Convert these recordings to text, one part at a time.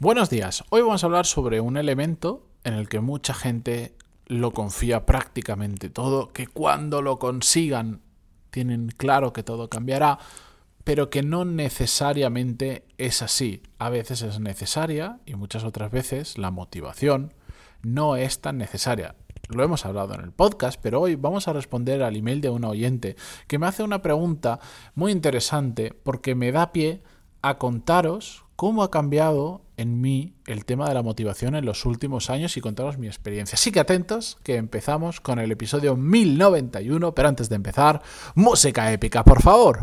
Buenos días. Hoy vamos a hablar sobre un elemento en el que mucha gente lo confía prácticamente todo, que cuando lo consigan tienen claro que todo cambiará, pero que no necesariamente es así. A veces es necesaria y muchas otras veces la motivación no es tan necesaria. Lo hemos hablado en el podcast, pero hoy vamos a responder al email de un oyente que me hace una pregunta muy interesante porque me da pie a contaros cómo ha cambiado en mí el tema de la motivación en los últimos años y contaros mi experiencia. Así que atentos, que empezamos con el episodio 1091, pero antes de empezar, música épica, por favor.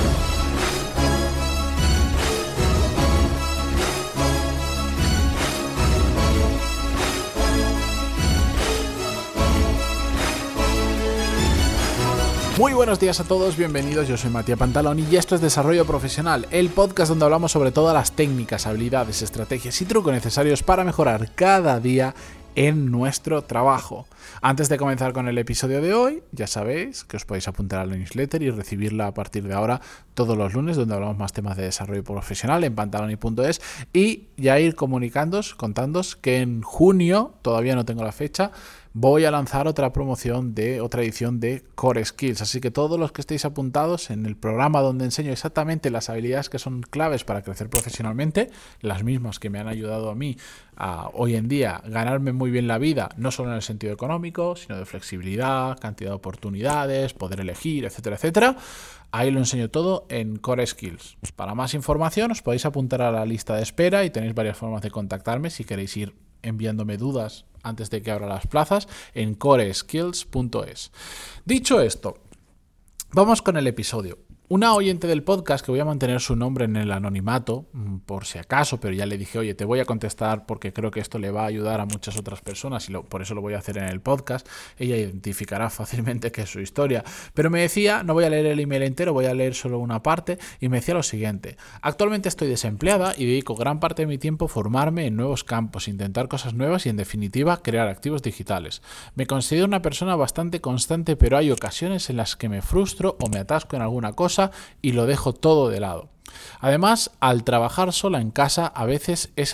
Muy buenos días a todos, bienvenidos, yo soy Matías Pantaloni y esto es Desarrollo Profesional, el podcast donde hablamos sobre todas las técnicas, habilidades, estrategias y trucos necesarios para mejorar cada día en nuestro trabajo. Antes de comenzar con el episodio de hoy, ya sabéis que os podéis apuntar a la newsletter y recibirla a partir de ahora todos los lunes, donde hablamos más temas de desarrollo profesional en pantaloni.es, y ya ir contándoos que en junio, todavía no tengo la fecha, voy a lanzar otra promoción de otra edición de Core Skills. Así que todos los que estéis apuntados en el programa donde enseño exactamente las habilidades que son claves para crecer profesionalmente, las mismas que me han ayudado a mí a hoy en día ganarme muy bien la vida, no solo en el sentido económico, sino de flexibilidad, cantidad de oportunidades, poder elegir, etcétera, etcétera. Ahí lo enseño todo en Core Skills. Para más información os podéis apuntar a la lista de espera y tenéis varias formas de contactarme si queréis ir enviándome dudas antes de que abra las plazas en coreskills.es. Dicho esto, vamos con el episodio. Una oyente del podcast, que voy a mantener su nombre en el anonimato, por si acaso, pero ya le dije, oye, te voy a contestar porque creo que esto le va a ayudar a muchas otras personas y por eso lo voy a hacer en el podcast. Ella identificará fácilmente que es su historia. Pero me decía, no voy a leer el email entero, voy a leer solo una parte, y me decía lo siguiente: actualmente estoy desempleada y dedico gran parte de mi tiempo a formarme en nuevos campos, intentar cosas nuevas y, en definitiva, crear activos digitales. Me considero una persona bastante constante, pero hay ocasiones en las que me frustro o me atasco en alguna cosa y lo dejo todo de lado. Además, al trabajar sola en casa a veces es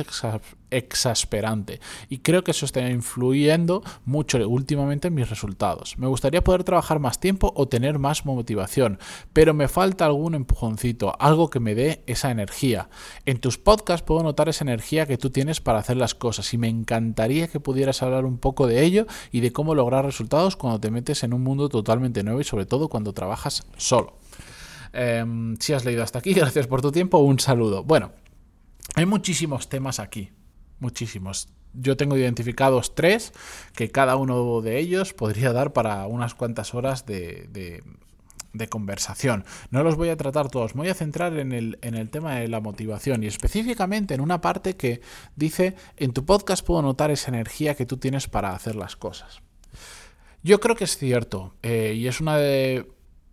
exasperante y creo que eso está influyendo mucho últimamente en mis resultados. Me gustaría poder trabajar más tiempo o tener más motivación, pero me falta algún empujoncito, algo que me dé esa energía. En tus podcasts puedo notar esa energía que tú tienes para hacer las cosas y me encantaría que pudieras hablar un poco de ello y de cómo lograr resultados cuando te metes en un mundo totalmente nuevo y sobre todo cuando trabajas solo. Si has leído hasta aquí, gracias por tu tiempo, un saludo. Bueno, hay muchísimos temas aquí, muchísimos. Yo tengo identificados 3, que cada uno de ellos podría dar para unas cuantas horas de conversación. No los voy a tratar todos, me voy a centrar en el tema de la motivación y específicamente en una parte que dice: en tu podcast puedo notar esa energía que tú tienes para hacer las cosas. Yo creo que es cierto, y es una de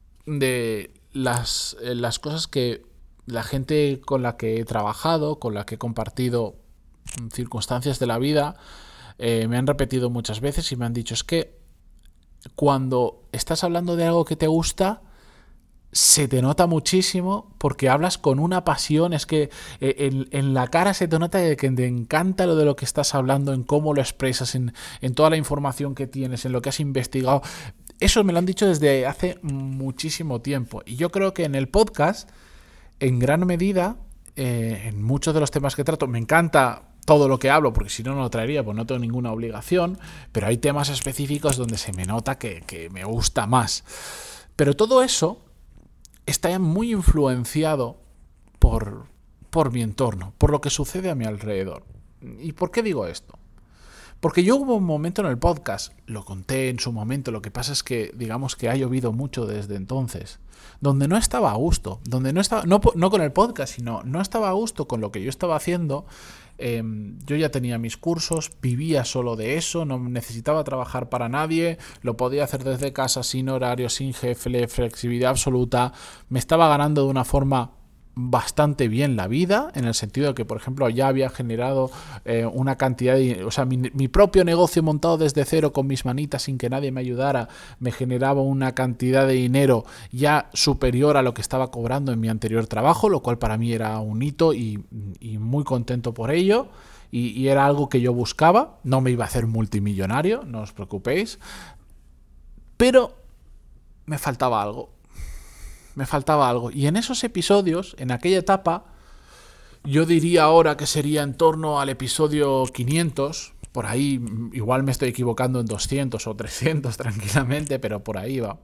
las cosas que la gente con la que he trabajado, con la que he compartido circunstancias de la vida, me han repetido muchas veces y me han dicho: es que cuando estás hablando de algo que te gusta, se te nota muchísimo porque hablas con una pasión, es que en la cara se te nota que te encanta lo de lo que estás hablando, en cómo lo expresas, en toda la información que tienes, en lo que has investigado. Eso me lo han dicho desde hace muchísimo tiempo. Y yo creo que en el podcast, en gran medida, en muchos de los temas que trato, me encanta todo lo que hablo, porque si no, no lo traería, pues no tengo ninguna obligación, pero hay temas específicos donde se me nota que me gusta más. Pero todo eso está muy influenciado por mi entorno, por lo que sucede a mi alrededor. ¿Y por qué digo esto? Porque yo hubo un momento en el podcast, lo conté en su momento, lo que pasa es que digamos que ha llovido mucho desde entonces, donde no estaba a gusto, donde no estaba, no con el podcast, sino no estaba a gusto con lo que yo estaba haciendo. Yo ya tenía mis cursos, vivía solo de eso, no necesitaba trabajar para nadie, lo podía hacer desde casa, sin horario, sin jefe, flexibilidad absoluta, me estaba ganando de una forma bastante bien la vida, en el sentido de que, por ejemplo, ya había generado una cantidad de... O sea, mi propio negocio montado desde cero con mis manitas sin que nadie me ayudara, me generaba una cantidad de dinero ya superior a lo que estaba cobrando en mi anterior trabajo, lo cual para mí era un hito y muy contento por ello. Y era algo que yo buscaba. No me iba a hacer multimillonario, no os preocupéis. Pero me faltaba algo. Me faltaba algo. Y en esos episodios, en aquella etapa, yo diría ahora que sería en torno al episodio 500, por ahí, igual me estoy equivocando en 200 o 300 tranquilamente, pero por ahí va.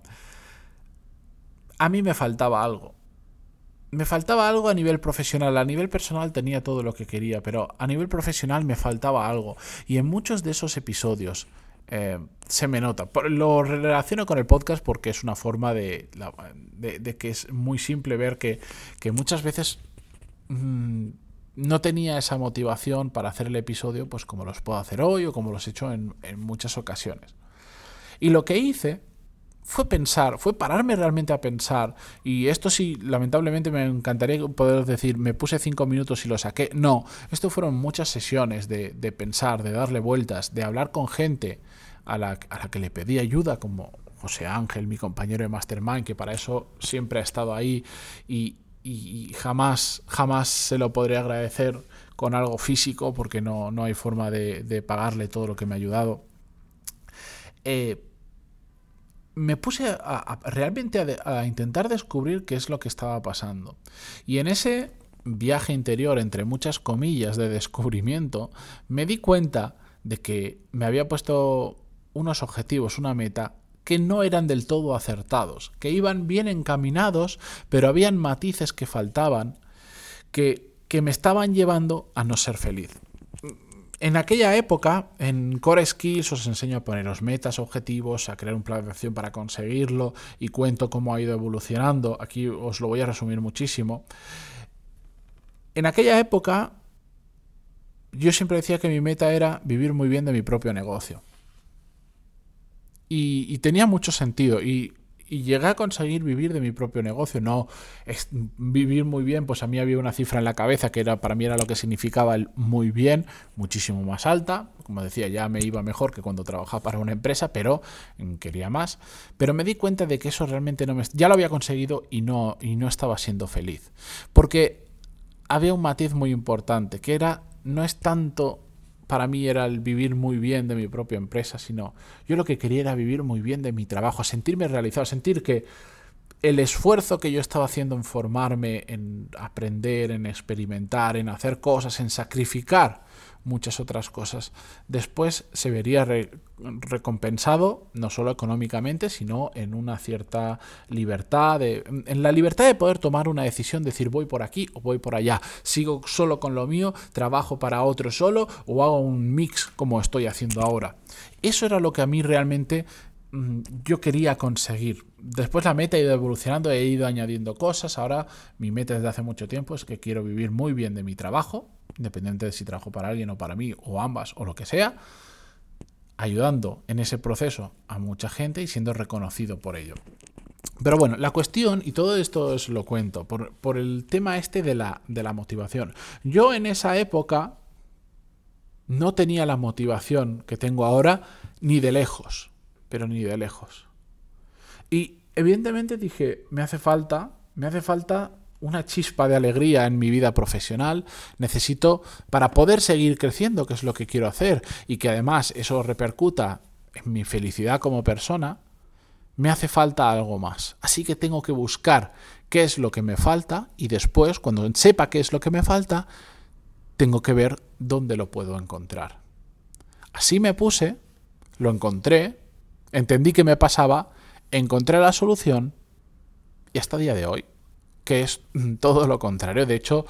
A mí me faltaba algo. Me faltaba algo a nivel profesional. A nivel personal tenía todo lo que quería, pero a nivel profesional me faltaba algo. Y en muchos de esos episodios se me nota. Lo relaciono con el podcast porque es una forma de que es muy simple ver que muchas veces no tenía esa motivación para hacer el episodio pues como los puedo hacer hoy o como los he hecho en muchas ocasiones. Y lo que hice fue pensar, fue pararme realmente a pensar, y esto sí, lamentablemente me encantaría poder decir, me puse 5 minutos y lo saqué. No, esto fueron muchas sesiones de pensar, de darle vueltas, de hablar con gente a la que le pedí ayuda, como José Ángel, mi compañero de Mastermind, que para eso siempre ha estado ahí y jamás se lo podré agradecer con algo físico, porque no hay forma de pagarle todo lo que me ha ayudado. Me puse realmente a intentar descubrir qué es lo que estaba pasando. Y en ese viaje interior, entre muchas comillas, de descubrimiento, me di cuenta de que me había puesto unos objetivos, una meta, que no eran del todo acertados, que iban bien encaminados, pero habían matices que faltaban, que me estaban llevando a no ser feliz. En aquella época, en Core Skills os enseño a poneros metas, objetivos, a crear un plan de acción para conseguirlo y cuento cómo ha ido evolucionando. Aquí os lo voy a resumir muchísimo. En aquella época, yo siempre decía que mi meta era vivir muy bien de mi propio negocio. Y tenía mucho sentido. Y llegué a conseguir vivir de mi propio negocio. No vivir muy bien, pues a mí había una cifra en la cabeza que para mí era lo que significaba el muy bien, muchísimo más alta. Como decía, ya me iba mejor que cuando trabajaba para una empresa, pero quería más. Pero me di cuenta de que eso realmente ya lo había conseguido y no estaba siendo feliz. Porque había un matiz muy importante, que no es tanto... Para mí era el vivir muy bien de mi propia empresa, sino yo lo que quería era vivir muy bien de mi trabajo, sentirme realizado, sentir que el esfuerzo que yo estaba haciendo en formarme, en aprender, en experimentar, en hacer cosas, en sacrificar muchas otras cosas, después se vería recompensado no solo económicamente, sino en una cierta libertad, en la libertad de poder tomar una decisión, decir voy por aquí o voy por allá, sigo solo con lo mío, trabajo para otro solo o hago un mix como estoy haciendo ahora. Eso era lo que a mí realmente yo quería conseguir. Después la meta ha ido evolucionando, he ido añadiendo cosas. Ahora mi meta desde hace mucho tiempo es que quiero vivir muy bien de mi trabajo, independiente de si trabajo para alguien o para mí o ambas o lo que sea, ayudando en ese proceso a mucha gente y siendo reconocido por ello. Pero bueno, la cuestión, y todo esto os lo cuento, por el tema este de la motivación. Yo en esa época no tenía la motivación que tengo ahora ni de lejos, pero ni de lejos. Y evidentemente dije, me hace falta una chispa de alegría en mi vida profesional. Necesito, para poder seguir creciendo, que es lo que quiero hacer, y que además eso repercuta en mi felicidad como persona, me hace falta algo más. Así que tengo que buscar qué es lo que me falta y después, cuando sepa qué es lo que me falta, tengo que ver dónde lo puedo encontrar. Así me puse, lo encontré, entendí qué me pasaba, encontré la solución y hasta el día de hoy, que es todo lo contrario. De hecho,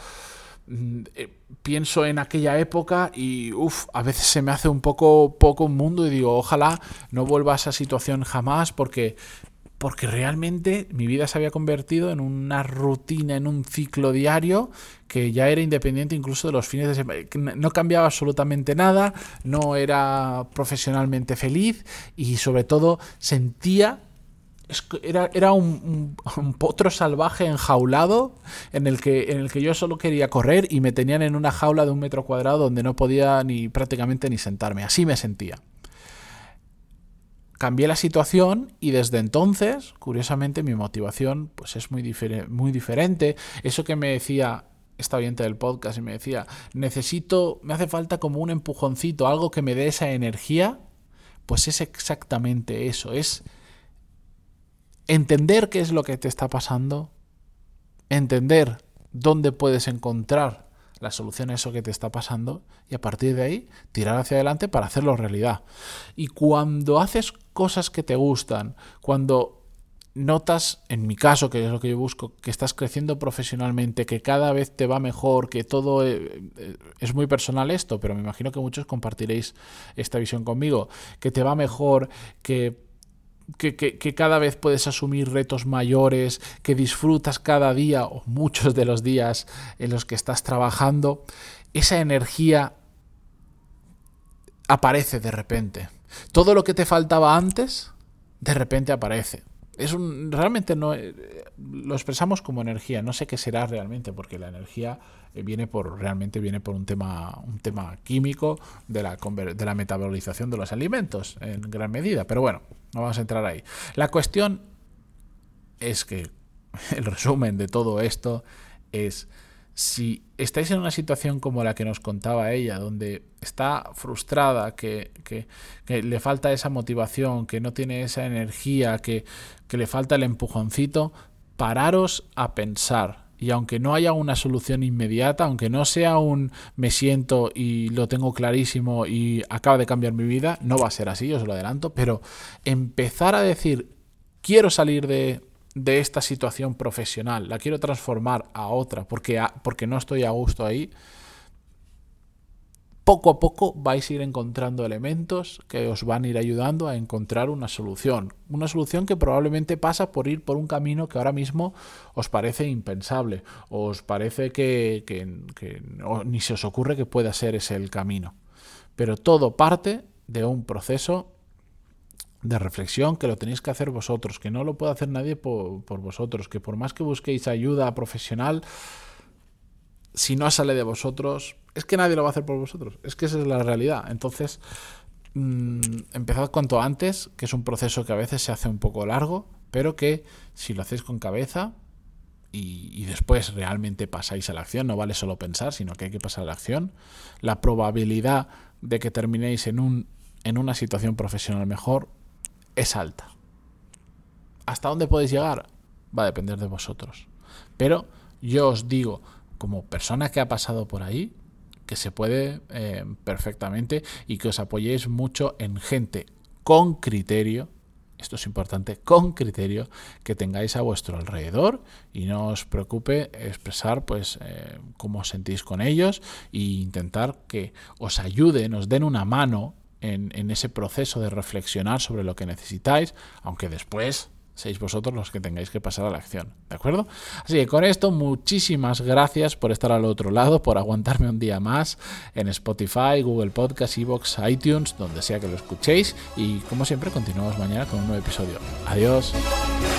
pienso en aquella época y a veces se me hace un poco un mundo y digo, ojalá no vuelva a esa situación jamás, porque realmente mi vida se había convertido en una rutina, en un ciclo diario que ya era independiente incluso de los fines de semana. No cambiaba absolutamente nada, no era profesionalmente feliz y sobre todo sentía Era un potro salvaje enjaulado en el que yo solo quería correr y me tenían en una jaula de 1 metro cuadrado donde no podía prácticamente ni sentarme. Así me sentía. Cambié la situación y desde entonces, curiosamente, mi motivación pues es muy diferente. Eso que me decía esta oyente del podcast y me decía, me hace falta como un empujoncito, algo que me dé esa energía, pues es exactamente eso, es entender qué es lo que te está pasando, entender dónde puedes encontrar la solución a eso que te está pasando y a partir de ahí tirar hacia adelante para hacerlo realidad. Y cuando haces cosas que te gustan, cuando notas, en mi caso, que es lo que yo busco, que estás creciendo profesionalmente, que cada vez te va mejor, que todo es muy personal esto, pero me imagino que muchos compartiréis esta visión conmigo, que te va mejor, que cada vez puedes asumir retos mayores, que disfrutas cada día o muchos de los días en los que estás trabajando, esa energía aparece de repente. Todo lo que te faltaba antes, de repente aparece. Realmente no lo expresamos como energía. No sé qué será realmente, porque la energía viene por un tema químico de la metabolización de los alimentos en gran medida. Pero bueno, no vamos a entrar ahí. La cuestión es que el resumen de todo esto es: si estáis en una situación como la que nos contaba ella, donde está frustrada, que le falta esa motivación, que no tiene esa energía, que le falta el empujoncito, pararos a pensar. Y aunque no haya una solución inmediata, aunque no sea me siento y lo tengo clarísimo y acaba de cambiar mi vida, no va a ser así, os lo adelanto, pero empezar a decir, quiero salir de esta situación profesional, la quiero transformar a otra porque no estoy a gusto ahí, poco a poco vais a ir encontrando elementos que os van a ir ayudando a encontrar una solución que probablemente pasa por ir por un camino que ahora mismo os parece impensable, os parece que ni se os ocurre que pueda ser ese el camino, pero todo parte de un proceso de reflexión que lo tenéis que hacer vosotros, que no lo puede hacer nadie por vosotros, que por más que busquéis ayuda profesional, si no sale de vosotros, es que nadie lo va a hacer por vosotros, es que esa es la realidad. Entonces, empezad cuanto antes, que es un proceso que a veces se hace un poco largo, pero que si lo hacéis con cabeza y después realmente pasáis a la acción, no vale solo pensar, sino que hay que pasar a la acción, la probabilidad de que terminéis en una situación profesional mejor es alta. ¿Hasta dónde podéis llegar? Va a depender de vosotros. Pero yo os digo, como persona que ha pasado por ahí, que se puede perfectamente, y que os apoyéis mucho en gente con criterio, esto es importante, con criterio, que tengáis a vuestro alrededor y no os preocupe expresar cómo os sentís con ellos e intentar que os ayuden, os den una mano en ese proceso de reflexionar sobre lo que necesitáis, aunque después seis vosotros los que tengáis que pasar a la acción, ¿de acuerdo? Así que con esto, muchísimas gracias por estar al otro lado, por aguantarme un día más en Spotify, Google Podcast, iVoox, iTunes, donde sea que lo escuchéis, y como siempre continuamos mañana con un nuevo episodio. Adiós.